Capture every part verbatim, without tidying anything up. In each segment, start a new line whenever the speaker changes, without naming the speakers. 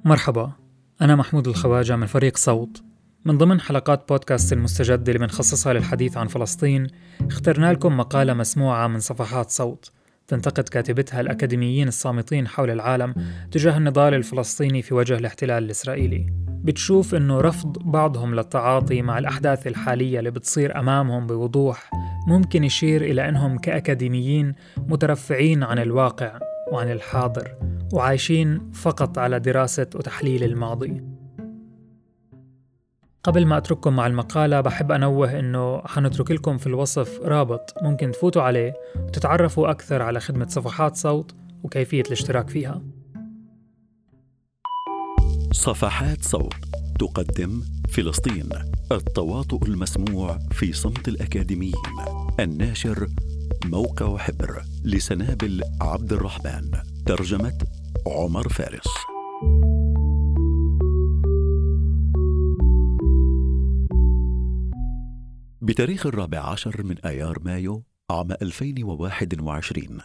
مرحبا، أنا محمود الخواجة من فريق صوت. من ضمن حلقات بودكاست المستجد اللي بنخصصها للحديث عن فلسطين، اخترنا لكم مقالة مسموعة من صفحات صوت تنتقد كاتبتها الأكاديميين الصامتين حول العالم تجاه النضال الفلسطيني في وجه الاحتلال الإسرائيلي. بتشوف إنه رفض بعضهم للتعاطي مع الأحداث الحالية اللي بتصير أمامهم بوضوح ممكن يشير إلى أنهم كأكاديميين مترفعين عن الواقع وعن الحاضر وعايشين فقط على دراسة وتحليل الماضي. قبل ما أترككم مع المقالة بحب أنوه إنه حنترك لكم في الوصف رابط ممكن تفوتوا عليه وتتعرفوا أكثر على خدمة صفحات صوت وكيفية الاشتراك فيها.
صفحات صوت تقدم فلسطين، التواطؤ المسموع في صمت الأكاديميين. الناشر موقع حبر لسنابل عبد الرحمن، ترجمة عمر فارس. بتاريخ الرابع عشر من آيار مايو عام ألفين وواحد وعشرين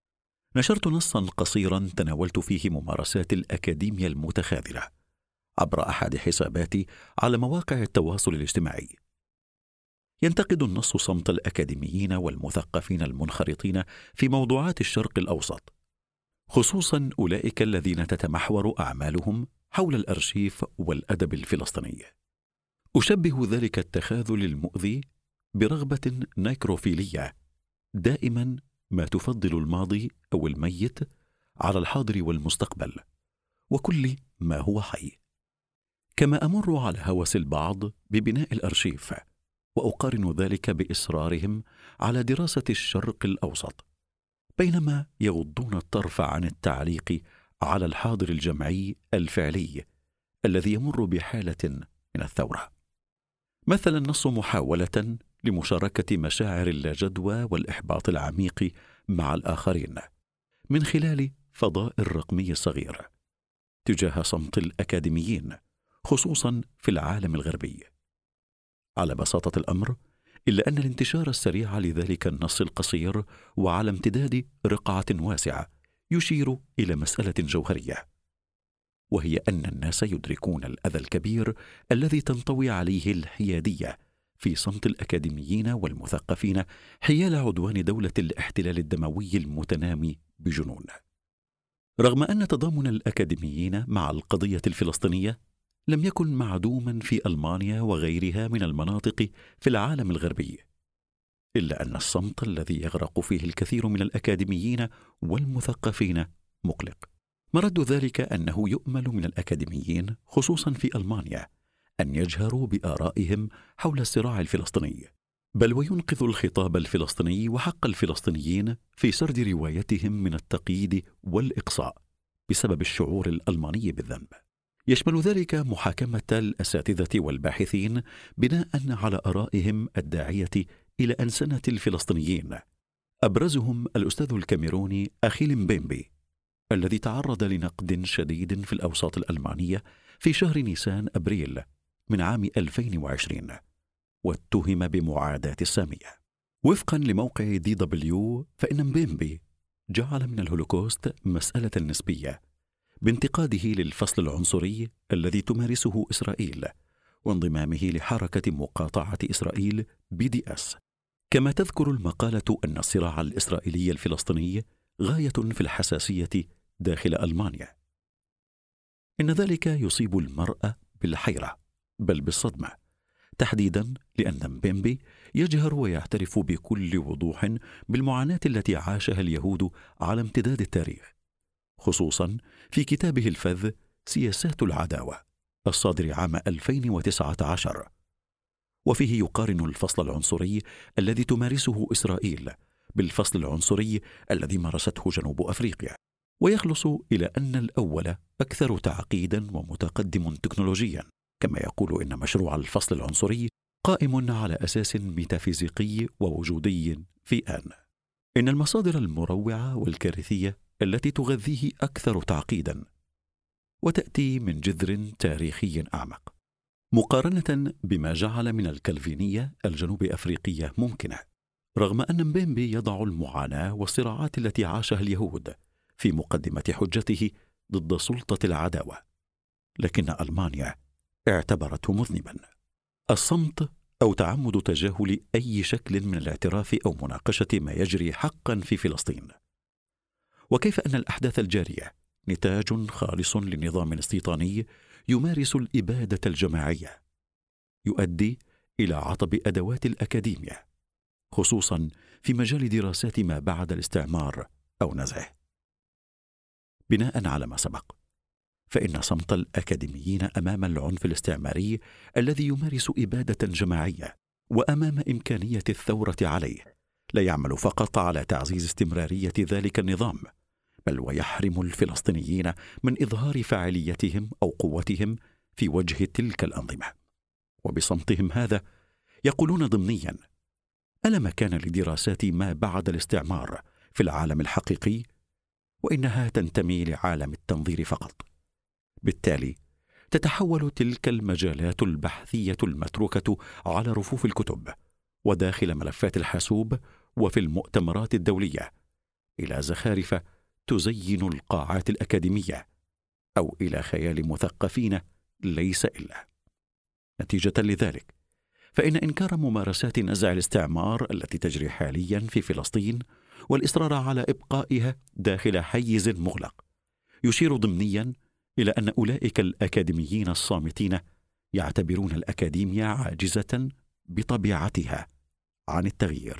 نشرت نصاً قصيراً تناولت فيه ممارسات الأكاديمية المتخاذلة عبر أحد حساباتي على مواقع التواصل الاجتماعي. ينتقد النص صمت الأكاديميين والمثقفين المنخرطين في موضوعات الشرق الأوسط، خصوصاً أولئك الذين تتمحور أعمالهم حول الأرشيف والأدب الفلسطيني. أشبه ذلك التخاذل المؤذي برغبة نيكروفيلية، دائماً ما تفضل الماضي أو الميت على الحاضر والمستقبل وكل ما هو حي. كما أمر على هوس البعض ببناء الأرشيف وأقارن ذلك بإصرارهم على دراسة الشرق الأوسط، بينما يغضون الطرف عن التعليق على الحاضر الجمعي الفعلي الذي يمر بحالة من الثورة. مثل النص محاولة لمشاركة مشاعر اللاجدوى والإحباط العميق مع الآخرين من خلال فضاء الرقمي الصغير تجاه صمت الأكاديميين، خصوصا في العالم الغربي. على بساطة الأمر، إلا أن الانتشار السريع لذلك النص القصير وعلى امتداد رقعة واسعة يشير إلى مسألة جوهرية، وهي أن الناس يدركون الأذى الكبير الذي تنطوي عليه الحيادية في صمت الأكاديميين والمثقفين حيال عدوان دولة الاحتلال الدموي المتنامي بجنون. رغم أن تضامن الأكاديميين مع القضية الفلسطينية لم يكن معدوما في ألمانيا وغيرها من المناطق في العالم الغربي، إلا أن الصمت الذي يغرق فيه الكثير من الأكاديميين والمثقفين مقلق. مرد ذلك أنه يؤمل من الأكاديميين خصوصا في ألمانيا أن يجهروا بآرائهم حول الصراع الفلسطيني، بل وينقذ الخطاب الفلسطيني وحق الفلسطينيين في سرد روايتهم من التقييد والإقصاء بسبب الشعور الألماني بالذنب. يشمل ذلك محاكمة الأساتذة والباحثين بناء على آرائهم الداعية إلى أنسنة الفلسطينيين، أبرزهم الأستاذ الكاميروني أخيل مبيمبي الذي تعرض لنقد شديد في الأوساط الألمانية في شهر نيسان أبريل من عام ألفين وعشرين، واتهم بمعاداة السامية. وفقا لموقع دي دبليو، فإن مبيمبي جعل من الهولوكوست مسألة نسبية بانتقاده للفصل العنصري الذي تمارسه إسرائيل وانضمامه لحركة مقاطعة إسرائيل بي دي إس. كما تذكر المقالة أن الصراع الإسرائيلي الفلسطيني غاية في الحساسية داخل ألمانيا، إن ذلك يصيب المرأة بالحيرة بل بالصدمة، تحديدا لأن مبيمبي يجهر ويعترف بكل وضوح بالمعاناة التي عاشها اليهود على امتداد التاريخ، خصوصا في كتابه الفذ سياسات العداوة الصادر عام ألفين وتسعة عشر، وفيه يقارن الفصل العنصري الذي تمارسه إسرائيل بالفصل العنصري الذي مارسته جنوب أفريقيا، ويخلص إلى أن الأول أكثر تعقيدا ومتقدم تكنولوجيا. كما يقول إن مشروع الفصل العنصري قائم على أساس ميتافيزيقي ووجودي في آن. إن المصادر المروعة والكارثية التي تغذيه أكثر تعقيدا وتأتي من جذر تاريخي أعمق، مقارنة بما جعل من الكالفينية الجنوب أفريقية ممكنة، رغم أن مبيمبي يضع المعاناة والصراعات التي عاشها اليهود في مقدمة حجته ضد سلطة العداوة. لكن ألمانيا اعتبرته مذنبا. الصمت أو تعمد تجاهل أي شكل من الاعتراف أو مناقشة ما يجري حقا في فلسطين. وكيف أن الأحداث الجارية نتاج خالص لنظام استيطاني يمارس الإبادة الجماعية، يؤدي إلى عطب أدوات الأكاديمية، خصوصا في مجال دراسات ما بعد الاستعمار أو نزعه. بناء على ما سبق، فإن صمت الأكاديميين أمام العنف الاستعماري الذي يمارس إبادة جماعية وأمام إمكانية الثورة عليه لا يعمل فقط على تعزيز استمرارية ذلك النظام، بل ويحرم الفلسطينيين من إظهار فاعليتهم أو قوتهم في وجه تلك الأنظمة. وبصمتهم هذا يقولون ضمنيا: ألا مكان لدراسات ما بعد الاستعمار في العالم الحقيقي، وإنها تنتمي لعالم التنظير فقط. بالتالي تتحول تلك المجالات البحثية المتروكة على رفوف الكتب وداخل ملفات الحاسوب وفي المؤتمرات الدولية إلى زخارف تزين القاعات الأكاديمية، أو إلى خيال مثقفين ليس إلا. نتيجة لذلك، فإن إنكار ممارسات نزع الاستعمار التي تجري حاليا في فلسطين والإصرار على إبقائها داخل حيز مغلق يشير ضمنيا إلى أن أولئك الأكاديميين الصامتين يعتبرون الأكاديمية عاجزة بطبيعتها عن التغيير.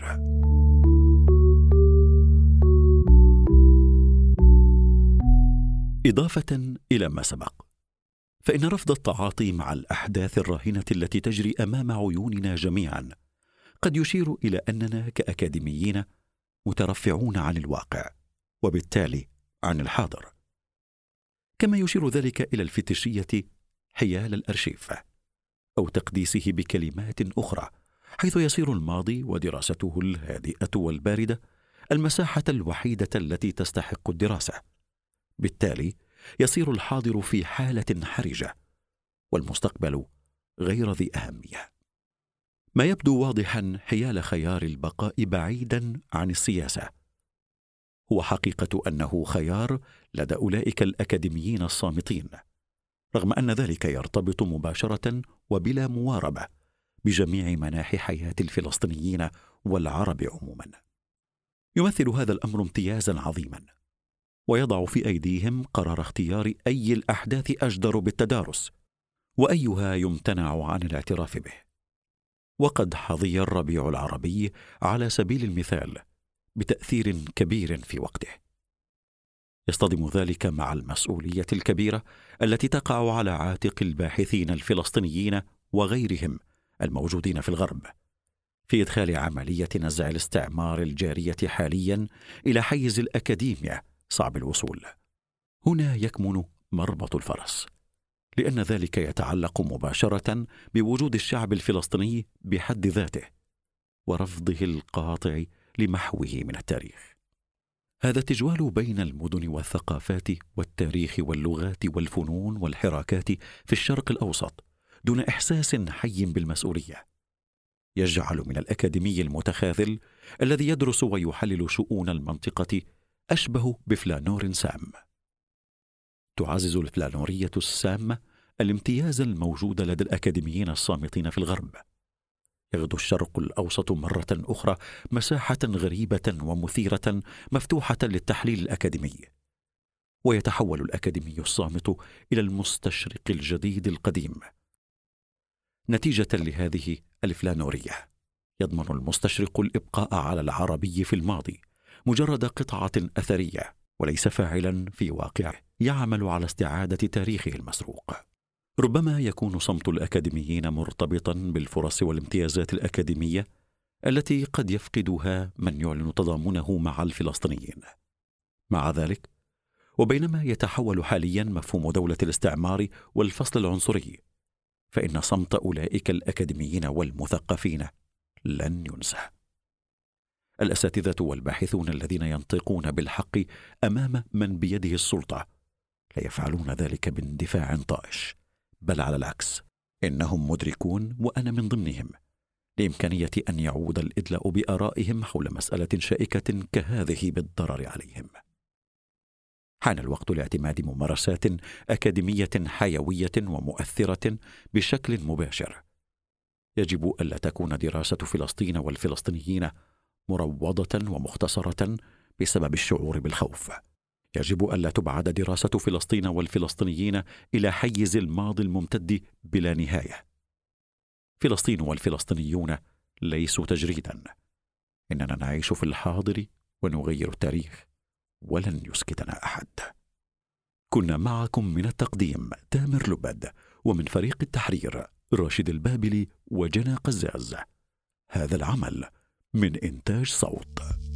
إضافة إلى ما سبق، فإن رفض التعاطي مع الأحداث الراهنة التي تجري أمام عيوننا جميعا قد يشير إلى أننا كأكاديميين مترفعون عن الواقع، وبالتالي عن الحاضر، كما يشير ذلك إلى الفتشية حيال الأرشيف أو تقديسه بكلمات أخرى، حيث يصير الماضي ودراسته الهادئة والباردة المساحة الوحيدة التي تستحق الدراسة. بالتالي يصير الحاضر في حالة حرجة والمستقبل غير ذي أهمية. ما يبدو واضحا حيال خيار البقاء بعيدا عن السياسة هو حقيقة أنه خيار لدى أولئك الأكاديميين الصامتين، رغم أن ذلك يرتبط مباشرة وبلا مواربة بجميع مناحي حياة الفلسطينيين والعرب عموما. يمثل هذا الأمر امتيازا عظيما، ويضع في أيديهم قرار اختيار أي الأحداث أجدر بالتدارس وأيها يمتنع عن الاعتراف به. وقد حظي الربيع العربي على سبيل المثال بتأثير كبير في وقته، يصطدم ذلك مع المسؤولية الكبيرة التي تقع على عاتق الباحثين الفلسطينيين وغيرهم الموجودين في الغرب في إدخال عملية نزع الاستعمار الجارية حاليا إلى حيز الأكاديمية صعب الوصول. هنا يكمن مربط الفرس، لأن ذلك يتعلق مباشرة بوجود الشعب الفلسطيني بحد ذاته ورفضه القاطع لمحوه من التاريخ. هذا التجوال بين المدن والثقافات والتاريخ واللغات والفنون والحراكات في الشرق الأوسط دون إحساس حي بالمسؤولية يجعل من الأكاديمي المتخاذل الذي يدرس ويحلل شؤون المنطقة أشبه بفلانور سام. تعزز الفلانورية السامة الامتياز الموجود لدى الأكاديميين الصامتين في الغرب. يغدو الشرق الأوسط مرة أخرى مساحة غريبة ومثيرة مفتوحة للتحليل الأكاديمي، ويتحول الأكاديمي الصامت إلى المستشرق الجديد القديم. نتيجة لهذه الفلانورية يضمن المستشرق الإبقاء على العربي في الماضي مجرد قطعة أثرية وليس فاعلا في واقعه يعمل على استعادة تاريخه المسروق. ربما يكون صمت الأكاديميين مرتبطا بالفرص والامتيازات الأكاديمية التي قد يفقدها من يعلن تضامنه مع الفلسطينيين. مع ذلك، وبينما يتحول حاليا مفهوم دولة الاستعمار والفصل العنصري، فإن صمت أولئك الأكاديميين والمثقفين لن ينسى. الأساتذة والباحثون الذين ينطقون بالحق أمام من بيده السلطة لا يفعلون ذلك باندفاع طائش، بل على العكس، إنهم مدركون وأنا من ضمنهم لإمكانية أن يعود الإدلاء بآرائهم حول مسألة شائكة كهذه بالضرر عليهم. حان الوقت لاعتماد ممارسات أكاديمية حيوية ومؤثرة بشكل مباشر. يجب ألا تكون دراسة فلسطين والفلسطينيين مروضة ومختصرة بسبب الشعور بالخوف. يجب ألا تبعد دراسة فلسطين والفلسطينيين إلى حيز الماضي الممتد بلا نهاية. فلسطين والفلسطينيون ليسوا تجريدا، إننا نعيش في الحاضر ونغير التاريخ، ولن يسكتنا أحد. كنا معكم من التقديم تامر لبد، ومن فريق التحرير راشد البابلي وجنى قزاز. هذا العمل من إنتاج صوت.